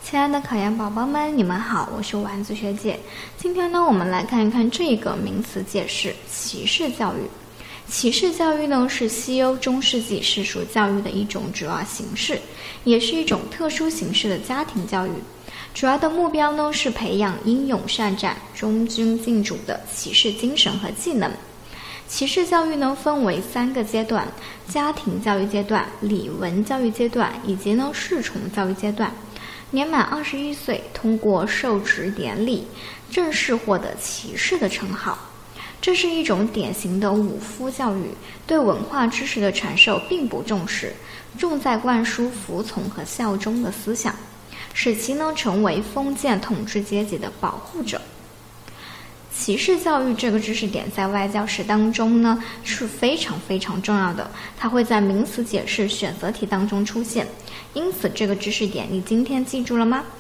亲爱的考研宝宝们，你们好，我是丸子学姐。今天呢，我们来看一看这个名词解释：骑士教育。骑士教育呢，是西欧中世纪世俗教育的一种主要形式，也是一种特殊形式的家庭教育。主要的目标呢，是培养英勇善战、忠君敬主的骑士精神和技能。骑士教育呢，分为3个阶段：家庭教育阶段、礼文教育阶段，以及呢侍从教育阶段。年满21岁，通过受职典礼，正式获得骑士的称号。这是一种典型的武夫教育，对文化知识的传授并不重视，重在灌输服从和效忠的思想，使其呢成为封建统治阶级的保护者。骑士教育这个知识点在外教史当中呢是非常重要的，它会在名词解释选择题当中出现，因此这个知识点你今天记住了吗？